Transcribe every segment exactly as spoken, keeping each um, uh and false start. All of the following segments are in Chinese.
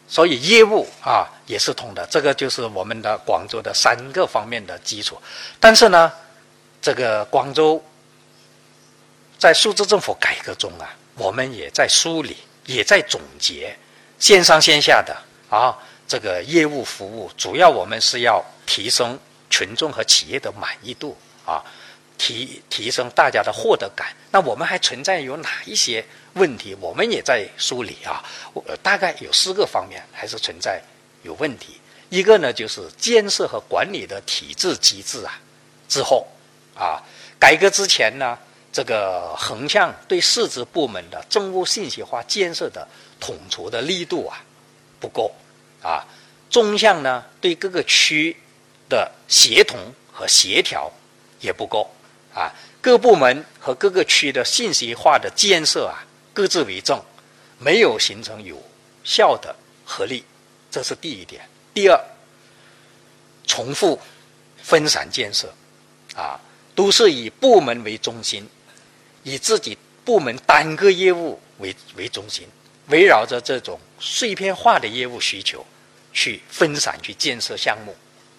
所以业务啊也是通的，这个就是我们的广州的三个方面的基础。但是呢，这个广州在数字政府改革中啊，我们也在梳理，也在总结线上线下的啊这个业务服务，主要我们是要提升群众和企业的满意度啊，提提升大家的获得感。那我们还存在有哪一些问题，我们也在梳理啊，大概有四个方面还是存在有问题。一个呢，就是建设和管理的体制机制啊，之后啊，改革之前呢，这个横向对市直部门的政务信息化建设的统筹的力度啊不够啊，纵向呢对各个区的协同和协调也不够啊，各部门和各个区的信息化的建设啊各自为政，没有形成有效的合力，这是第一点。第二，重复分散建设啊，都是以部门为中心，以自己部门单个业务为为中心，围绕着这种碎片化的业务需求去分散去建设项目，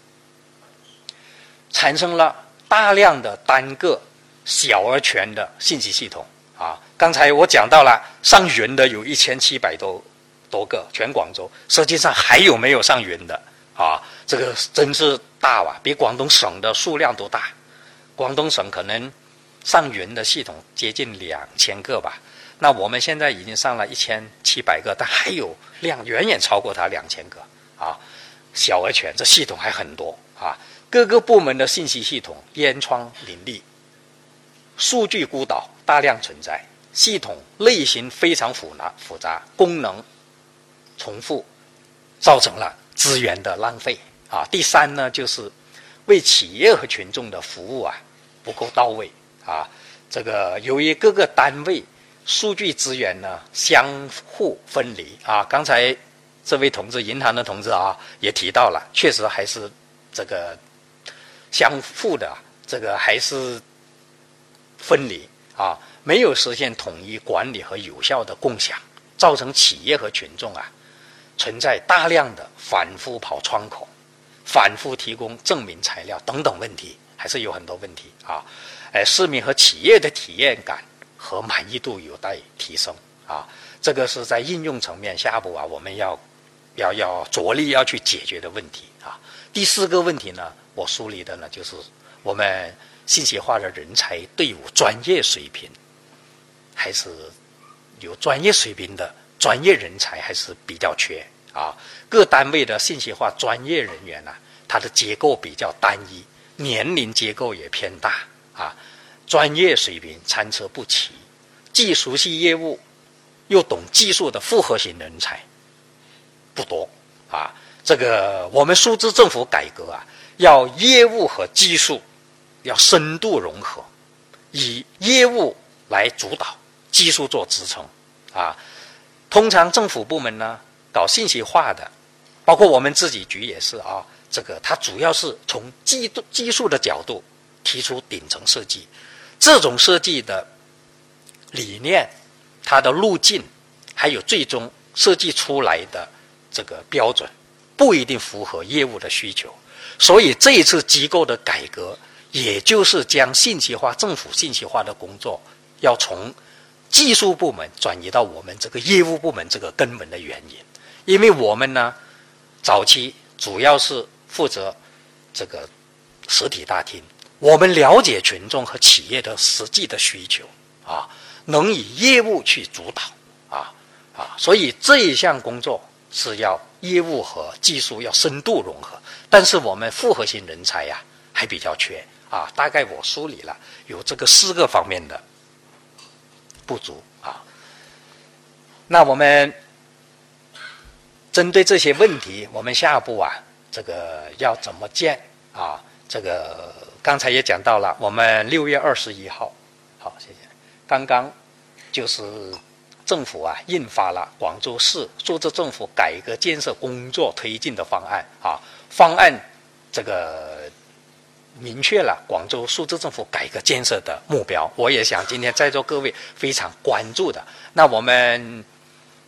产生了大量的单个小而全的信息系统啊。刚才我讲到了上云的有一千七百多多个，全广州，实际上还有没有上云的啊？这个真是大啊，比广东省的数量都大。广东省可能上云的系统接近两千个吧，那我们现在已经上了一千七百个，但还有量远远超过它两千个啊。小而全，这系统还很多啊。各个部门的信息系统烟窗林立，数据孤岛大量存在，系统类型非常复杂复杂，功能重复，造成了资源的浪费啊。第三呢，就是为企业和群众的服务啊不够到位啊。这个由于各个单位数据资源呢相互分离啊，刚才这位同志，银行的同志啊也提到了，确实还是这个相互的，这个还是分离啊，没有实现统一管理和有效的共享，造成企业和群众啊存在大量的反复跑窗口、反复提供证明材料等等问题，还是有很多问题啊。哎，市民和企业的体验感和满意度有待提升啊。这个是在应用层面，下一步啊我们要要要着力要去解决的问题啊。第四个问题呢，我梳理的呢就是我们信息化的人才队伍专业水平还是有专业水平的专业人才还是比较缺啊。各单位的信息化专业人员呢、啊，它的结构比较单一，年龄结构也偏大啊，专业水平参差不齐，既熟悉业务又懂技术的复合型人才不多啊。这个我们数字政府改革啊，要业务和技术要深度融合，以业务来主导，技术做支撑啊。通常政府部门呢搞信息化的，包括我们自己局也是啊，这个它主要是从技技术的角度提出顶层设计，这种设计的理念、它的路径，还有最终设计出来的这个标准，不一定符合业务的需求。所以这一次机构的改革，也就是将信息化、政府信息化的工作，要从技术部门转移到我们这个业务部门这个根本的原因。因为我们呢，早期主要是负责这个实体大厅，我们了解群众和企业的实际的需求啊，能以业务去主导啊啊，所以这一项工作是要业务和技术要深度融合，但是我们复合型人才呀、啊、还比较缺啊。大概我梳理了有这个四个方面的不足啊。那我们针对这些问题，我们下一步啊，这个要怎么建啊？这个刚才也讲到了，我们六月二十一号，好，谢谢。刚刚就是政府啊印发了广州市数字政府改革建设工作推进的方案啊，方案这个明确了广州数字政府改革建设的目标。我也想今天在座各位非常关注的，那我们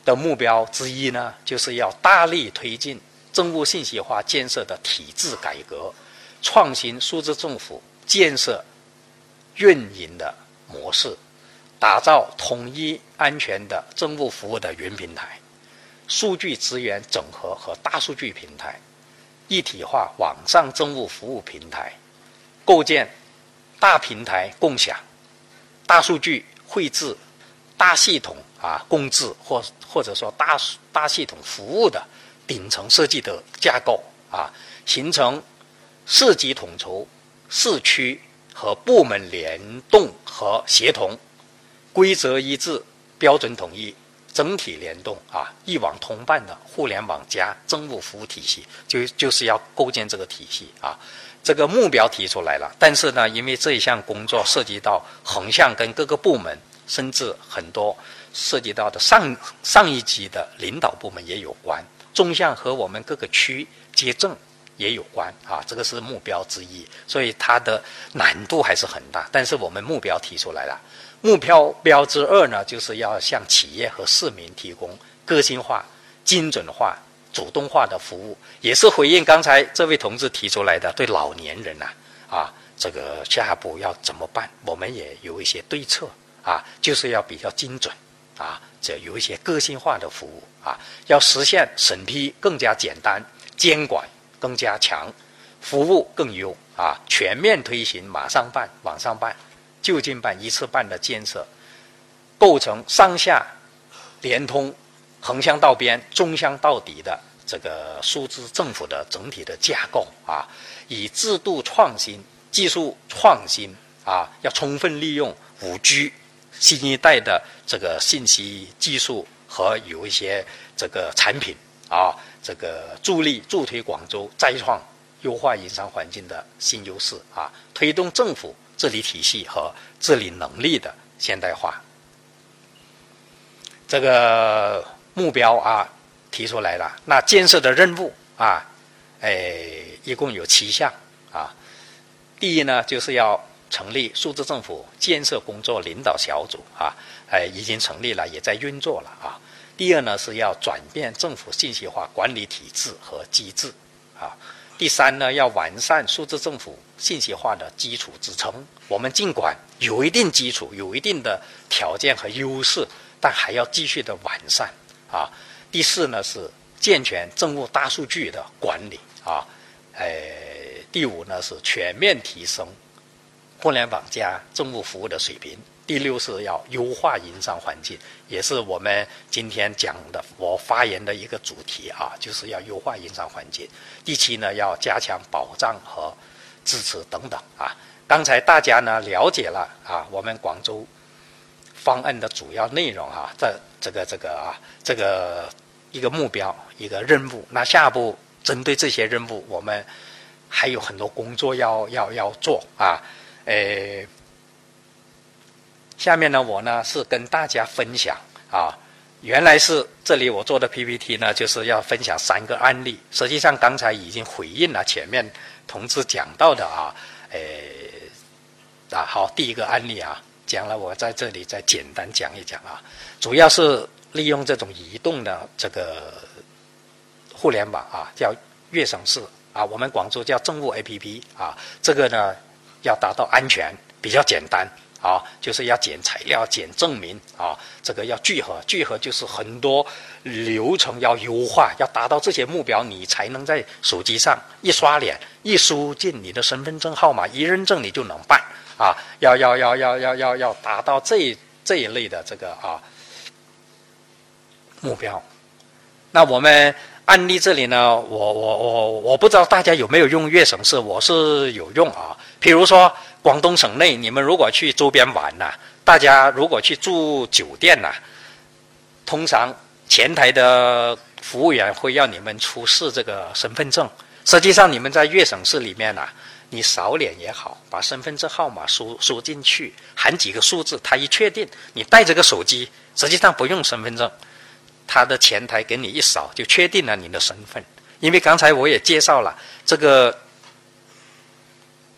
的目标之一呢，就是要大力推进政务信息化建设的体制改革，创新数字政府建设运营的模式，打造统一安全的政务服务的云平台，数据资源整合和大数据平台，一体化网上政务服务平台，构建大平台共享、大数据绘制、大系统啊共治或或者说大大系统服务的顶层设计的架构啊，形成市级统筹、市区和部门联动和协同，规则一致、标准统一、整体联动啊，一网通办的互联网加政务服务体系，就就是要构建这个体系啊。这个目标提出来了，但是呢，因为这一项工作涉及到横向跟各个部门，甚至很多涉及到的上上一级的领导部门也有关，纵向和我们各个区接政也有关啊，这个是目标之一，所以它的难度还是很大。但是我们目标提出来了，目标标之二呢，就是要向企业和市民提供个性化、精准化、主动化的服务，也是回应刚才这位同志提出来的对老年人啊啊这个下一步要怎么办，我们也有一些对策啊，就是要比较精准啊，这有一些个性化的服务啊，要实现审批更加简单，监管更加强，服务更优啊，全面推行马上办、网上办、就近办、一次办的建设，构成上下联通、横向到边、中向到底的这个数字政府的整体的架构啊，以制度创新、技术创新啊，要充分利用 五 G 新一代的这个信息技术和有一些这个产品啊，这个助力助推广州再创优化营商环境的新优势啊，推动政府治理体系和治理能力的现代化。这个目标啊提出来了，那建设的任务啊，哎，一共有七项啊。第一呢，就是要成立数字政府建设工作领导小组啊，哎，已经成立了，也在运作了啊。第二呢，是要转变政府信息化管理体制和机制啊。第三呢，要完善数字政府信息化的基础支撑。我们尽管有一定基础，有一定的条件和优势，但还要继续的完善啊。第四呢，是健全政务大数据的管理啊。呃，第五呢，是全面提升互联网加政务服务的水平。第六是要优化营商环境，也是我们今天讲的我发言的一个主题啊，就是要优化营商环境。第七呢，要加强保障和支持等等啊。刚才大家呢了解了啊，我们广州方案的主要内容啊，这这个这个啊，这个一个目标一个任务。那下一步针对这些任务，我们还有很多工作要要要做啊，呃。下面呢，我呢是跟大家分享啊，原来是这里我做的 P P T 呢，就是要分享三个案例。实际上刚才已经回应了前面同志讲到的啊，呃啊好，第一个案例啊讲了，我在这里再简单讲一讲啊，主要是利用这种移动的这个互联网啊，叫粤省事啊，我们广州叫政务 A P P 啊，这个呢要达到安全，比较简单。啊，就是要剪材料、剪证明啊，这个要聚合，聚合就是很多流程要优化，要达到这些目标，你才能在手机上一刷脸，一输进你的身份证号码，一认证你就能办啊。要要要要要要要达到这这一类的这个啊目标。那我们案例这里呢，我我我我不知道大家有没有用粤省事，我是有用啊。比如说广东省内，你们如果去周边玩呐、啊，大家如果去住酒店呐、啊，通常前台的服务员会要你们出示这个身份证。实际上你们在粤省事里面啊，你扫脸也好，把身份证号码输输进去，含几个数字，他一确定你带这个手机，实际上不用身份证，他的前台给你一扫就确定了你的身份。因为刚才我也介绍了这个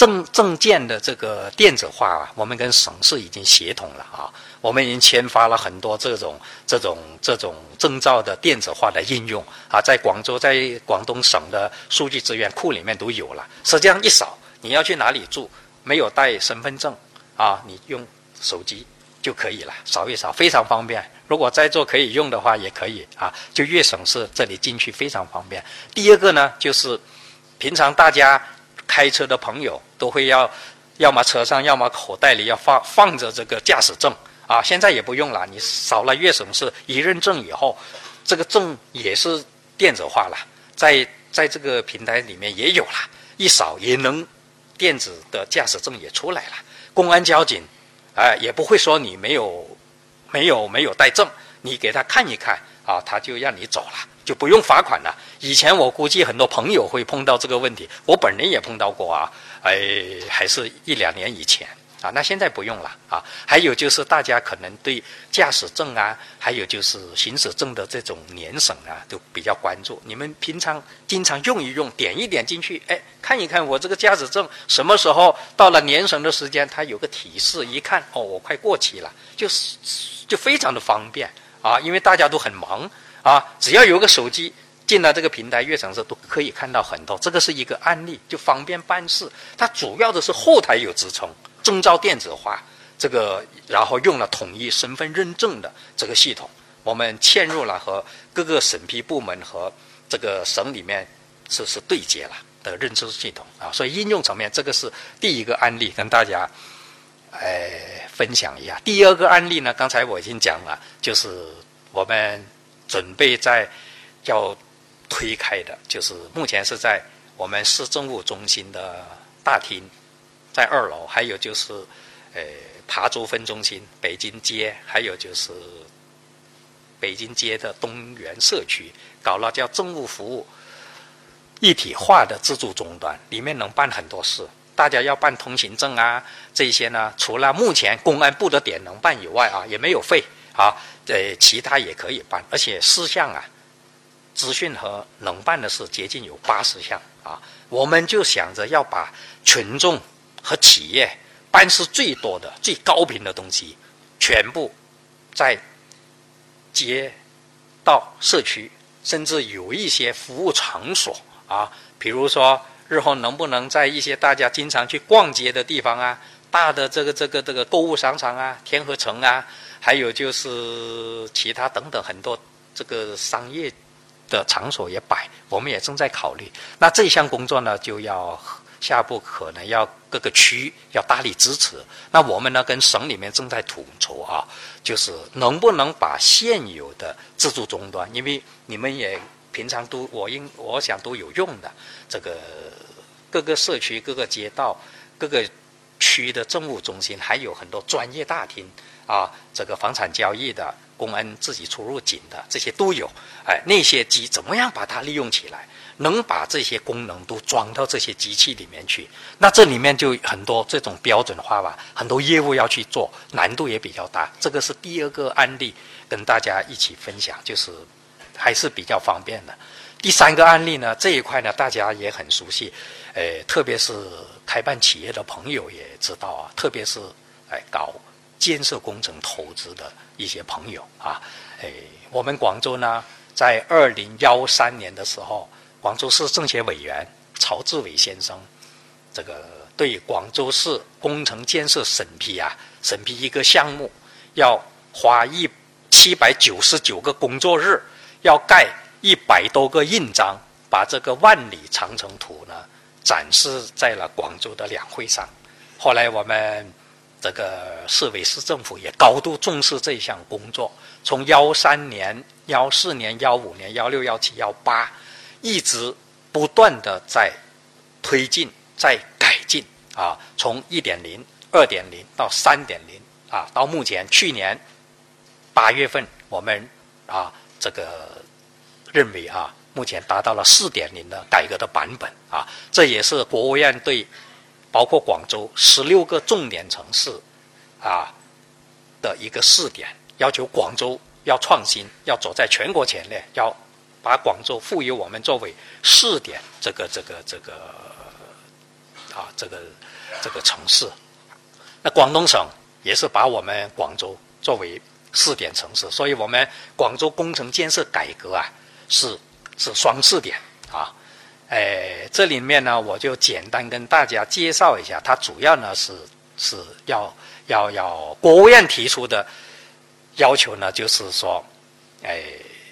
证证件的这个电子化啊，我们跟省市已经协同了啊，我们已经签发了很多这种这种这种证照的电子化的应用啊，在广州，在广东省的数据资源库里面都有了。实际上一扫，你要去哪里住，没有带身份证啊，你用手机就可以了，扫一扫非常方便。如果在座可以用的话，也可以啊，就粤省市这里进去非常方便。第二个呢，就是平常大家开车的朋友都会要，要么车上，要么口袋里要放放着这个驾驶证啊。现在也不用了，你扫了粤省市一认证以后，这个证也是电子化了，在在这个平台里面也有了，一扫也能电子的驾驶证也出来了。公安交警，哎、呃，也不会说你没有没有没有带证，你给他看一看啊，他就让你走了。就不用罚款了。以前我估计很多朋友会碰到这个问题，我本人也碰到过啊，哎，还是一两年以前啊，那现在不用了啊。还有就是大家可能对驾驶证啊，还有就是行驶证的这种年审啊，都比较关注。你们平常经常用一用，点一点进去，哎，看一看我这个驾驶证什么时候到了年审的时间，它有个提示，一看哦，我快过期了，就是就非常的方便啊，因为大家都很忙。啊，只要有个手机进了这个平台，粤省市都可以看到很多。这个是一个案例，就方便办事。它主要的是后台有支撑，证照电子化，这个然后用了统一身份认证的这个系统，我们嵌入了和各个审批部门和这个省里面是是对接了的认知系统啊。所以应用层面，这个是第一个案例，跟大家呃分享一下。第二个案例呢，刚才我已经讲了，就是我们准备在要推开的，就是目前是在我们市政务中心的大厅，在二楼，还有就是呃琶洲分中心、北京街，还有就是北京街的东园社区，搞了叫政务服务一体化的自助终端，里面能办很多事。大家要办通行证啊，这些呢，除了目前公安部的点能办以外啊，也没有费啊。呃，其他也可以办，而且事项啊，资讯和能办的事接近有八十项啊。我们就想着要把群众和企业办事最多的、最高频的东西，全部在街道、社区，甚至有一些服务场所啊，比如说日后能不能在一些大家经常去逛街的地方啊，大的这个这个这个购物商场啊，天河城啊。还有就是其他等等很多这个商业的场所也摆，我们也正在考虑。那这项工作呢，就要下步可能要各个区要大力支持。那我们呢，跟省里面正在统筹啊，就是能不能把现有的自助终端，因为你们也平常都我应我想都有用的，这个各个社区、各个街道、各个区的政务中心，还有很多专业大厅。啊，这个房产交易的、公安自己出入境的，这些都有。哎，那些机怎么样把它利用起来？能把这些功能都装到这些机器里面去？那这里面就很多这种标准化吧，很多业务要去做，难度也比较大。这个是第二个案例，跟大家一起分享，就是还是比较方便的。第三个案例呢，这一块呢，大家也很熟悉，呃，特别是开办企业的朋友也知道啊，特别是哎搞建设工程投资的一些朋友啊，诶，我们广州呢，在二零一三年的时候，广州市政协委员曹志伟先生，这个对广州市工程建设审批啊，审批一个项目，要花一七百九十九个工作日，要盖一百多个印章，把这个万里长城图呢展示在了广州的两会上。后来我们这个市委市政府也高度重视这项工作，从幺三年、幺四年、幺五年、幺六、幺七、幺八，一直不断的在推进、在改进啊，从一点零、二点零到三点零啊，到目前去年八月份，我们啊这个认为啊，目前达到了四点零的改革的版本啊，这也是国务院对包括广州十六个重点城市啊的一个试点，要求广州要创新，要走在全国前列，要把广州赋予我们作为试点这个这个这个啊这个这个城市。那广东省也是把我们广州作为试点城市，所以我们广州工程建设改革啊是是双试点啊。哎，这里面呢，我就简单跟大家介绍一下，它主要呢是是要要要国务院提出的要求呢，就是说，哎，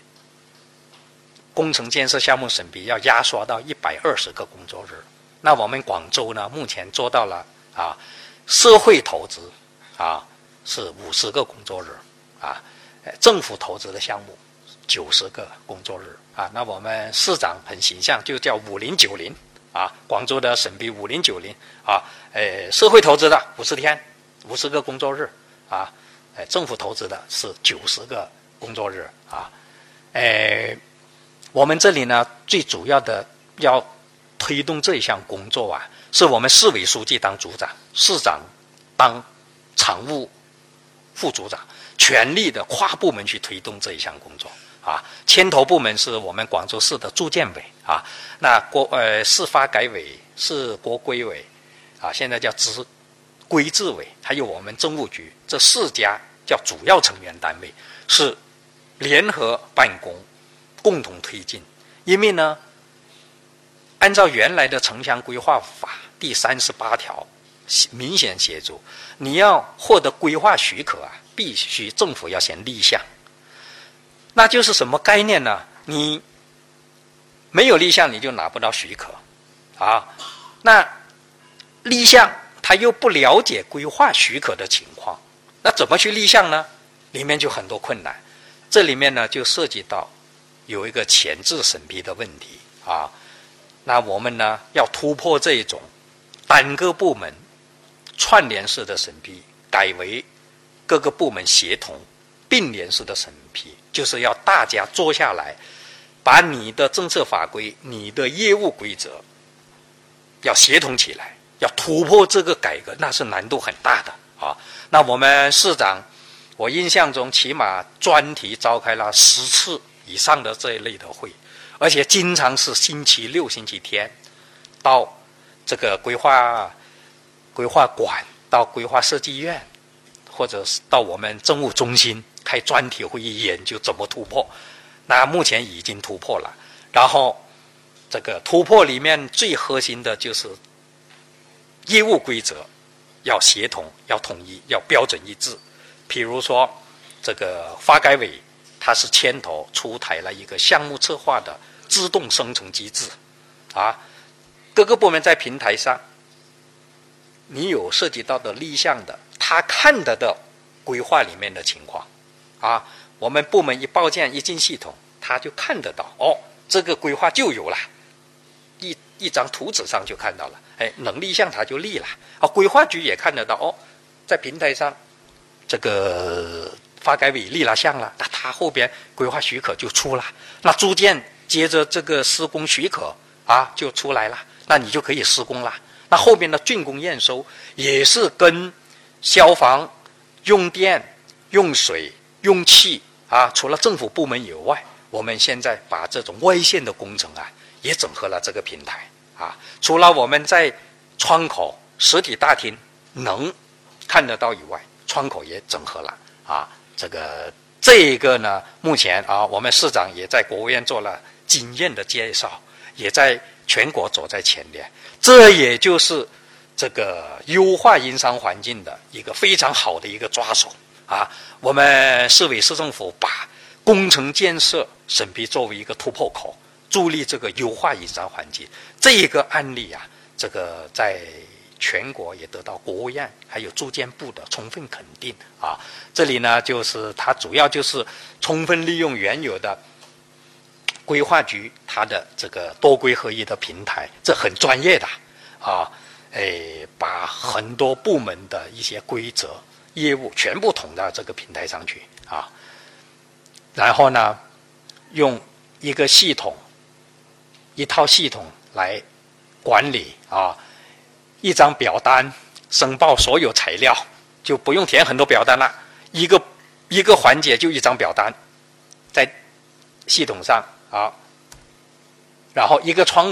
工程建设项目审批要压缩到一百二十个工作日。那我们广州呢，目前做到了啊，社会投资啊是五十个工作日啊，政府投资的项目九十个工作日啊。那我们市长很形象，就叫五零九零啊，广州的审批五零九零啊，呃，社会投资的五十天，五十个工作日啊，呃，政府投资的是九十个工作日啊，呃，我们这里呢，最主要的要推动这一项工作啊，是我们市委书记当组长，市长当常务副组长，全力的跨部门去推动这一项工作啊。牵头部门是我们广州市的住建委啊，那国呃市发改委、市国规委啊，现在叫职规制委，还有我们政务局，这四家叫主要成员单位，是联合办公，共同推进。因为呢，按照原来的城乡规划法第三十八条明显写出，你要获得规划许可啊，必须政府要先立项。那就是什么概念呢？你没有立项，你就拿不到许可啊。那立项他又不了解规划许可的情况，那怎么去立项呢？里面就很多困难。这里面呢，就涉及到有一个前置审批的问题啊。那我们呢，要突破这一种单个部门串联式的审批，改为各个部门协同并联式的审批，就是要大家坐下来，把你的政策法规、你的业务规则要协同起来，要突破这个改革，那是难度很大的啊。那我们市长，我印象中起码专题召开了十次以上的这一类的会，而且经常是星期六、星期天到这个规划规划馆、到规划设计院，或者是到我们政务中心开专题会议，研究怎么突破。那目前已经突破了，然后这个突破里面最核心的就是业务规则要协同、要统一、要标准一致。譬如说，这个发改委它是牵头出台了一个项目策划的自动生成机制啊，各个部门在平台上，你有涉及到的立项的，他看得到规划里面的情况啊。我们部门一报件一进系统，他就看得到哦，这个规划就有了，一一张图纸上就看到了，哎，能立项他就立了啊。规划局也看得到哦，在平台上，这个发改委立了项了，那他后边规划许可就出了，那逐渐接着这个施工许可啊就出来了，那你就可以施工了。那后边的竣工验收也是跟消防、用电、用水、用气啊，除了政府部门以外，我们现在把这种外线的工程啊也整合了这个平台啊。除了我们在窗口实体大厅能看得到以外，窗口也整合了啊。这个这个呢，目前啊，我们市长也在国务院做了经验的介绍，也在全国走在前列。这也就是这个优化营商环境的一个非常好的一个抓手啊！我们市委市政府把工程建设审批作为一个突破口，助力这个优化营商环境。这一个案例啊，这个在全国也得到国务院还有住建部的充分肯定啊！这里呢，就是它主要就是充分利用原有的规划局它的这个多规合一的平台，这很专业的啊，诶，把很多部门的一些规则、业务全部统到这个平台上去啊。然后呢，用一个系统、一套系统来管理啊，一张表单申报所有材料，就不用填很多表单了，一个一个环节就一张表单，在系统上。啊，然后一个窗口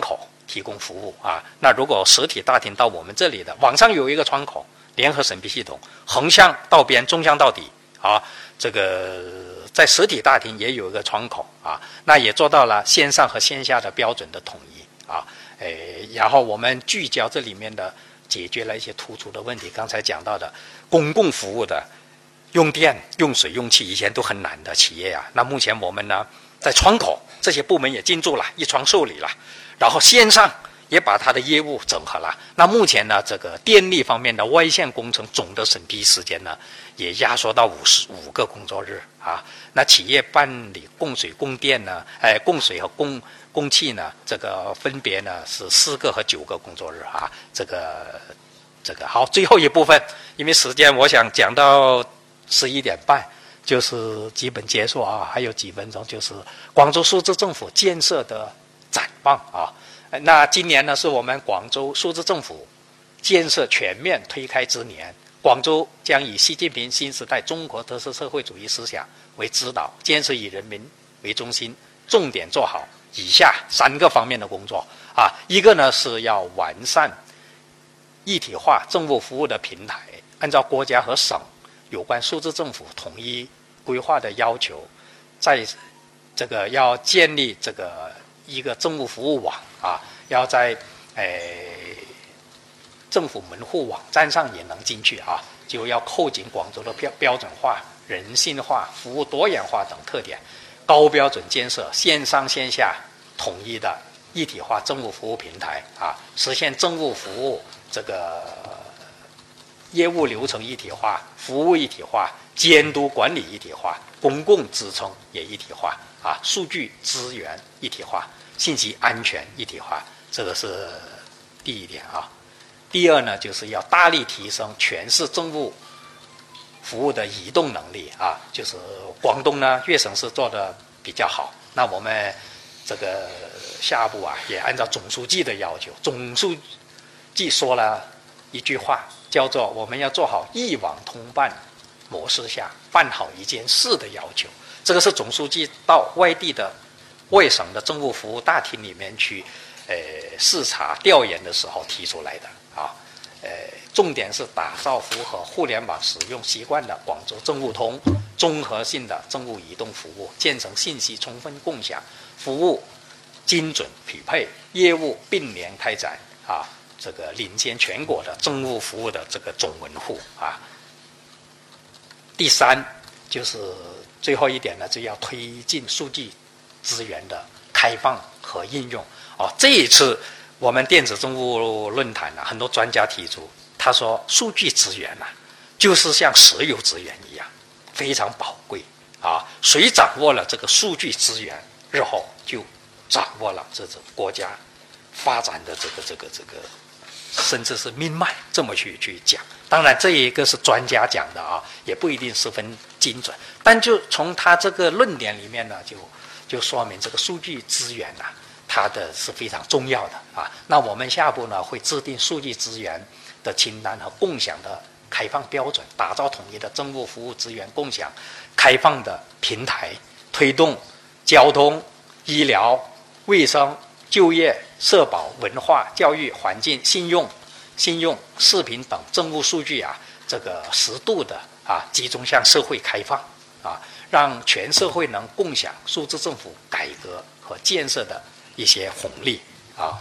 提供服务啊。那如果实体大厅到我们这里的，网上有一个窗口，联合审批系统，横向到边，纵向到底啊。这个在实体大厅也有一个窗口啊，那也做到了线上和线下的标准的统一啊。诶，然后我们聚焦这里面的，解决了一些突出的问题。刚才讲到的公共服务的用电、用水、用气，以前都很难的企业啊。那目前我们呢，在窗口这些部门也进驻了，一窗受理了，然后线上也把它的业务整合了。那目前呢，这个电力方面的外线工程总的审批时间呢，也压缩到五十五个工作日啊。那企业办理供水、供电呢，哎，供水和供供气呢，这个分别呢是四个和九个工作日啊。这个这个好，最后一部分，因为时间我想讲到十一点半，就是基本结束啊，还有几分钟，就是广州数字政府建设的展望啊。那今年呢，是我们广州数字政府建设全面推开之年。广州将以习近平新时代中国特色社会主义思想为指导，建设以人民为中心，重点做好以下三个方面的工作啊。一个呢是要完善一体化政务服务的平台，按照国家和省有关数字政府统一规划的要求，在这个要建立这个一个政务服务网啊，要在诶政府门户网站上也能进去啊，就要扣紧广州的标标准化、人性化、服务多元化等特点，高标准建设线上线下统一的一体化政务服务平台啊，实现政务服务这个业务流程一体化、服务一体化、监督管理一体化、公共支撑也一体化啊，数据资源一体化、信息安全一体化，这个是第一点啊。第二呢，就是要大力提升全市政务服务的移动能力啊，就是广东呢粤省市做的比较好，那我们这个下一步啊，也按照总书记的要求，总书记说了一句话，叫做我们要做好一网通办模式下办好一件事的要求。这个是总书记到外地的外省的政务服务大厅里面去呃视察调研的时候提出来的啊。呃，重点是打造符合互联网使用习惯的广州政务通综合性的政务移动服务，建成信息充分共享、服务精准匹配、业务并联开展啊，这个领先全国的政务服务的这个总门户啊。第三就是最后一点呢，就要推进数据资源的开放和应用哦。这一次我们电子政务论坛呢、啊，很多专家提出，他说数据资源呢、啊，就是像石油资源一样，非常宝贵啊。谁掌握了这个数据资源，日后就掌握了这种国家发展的这个这个这个，甚至是命脉，这么去去讲。当然，这一个是专家讲的啊，也不一定十分精准。但就从他这个论点里面呢，就就说明这个数据资源呐、啊，它的是非常重要的啊。那我们下步呢，会制定数据资源的清单和共享的开放标准，打造统一的政务服务资源共享开放的平台，推动交通、医疗、卫生、就业、社保、文化、教育、环境、信用、信用、视频等政务数据啊，这个适度的啊集中向社会开放啊，让全社会能共享数字政府改革和建设的一些红利啊。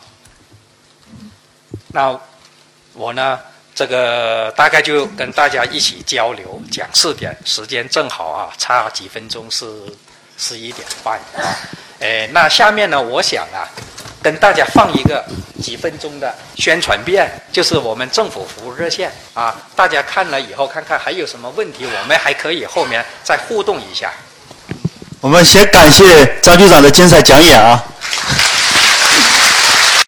那我呢，这个大概就跟大家一起交流讲四点，时间正好啊，差几分钟是十一点半啊。诶，那下面呢，我想啊，跟大家放一个几分钟的宣传片，就是我们政府服务热线啊。大家看了以后，看看还有什么问题，我们还可以后面再互动一下。 我们先感谢张局长的精彩讲演啊。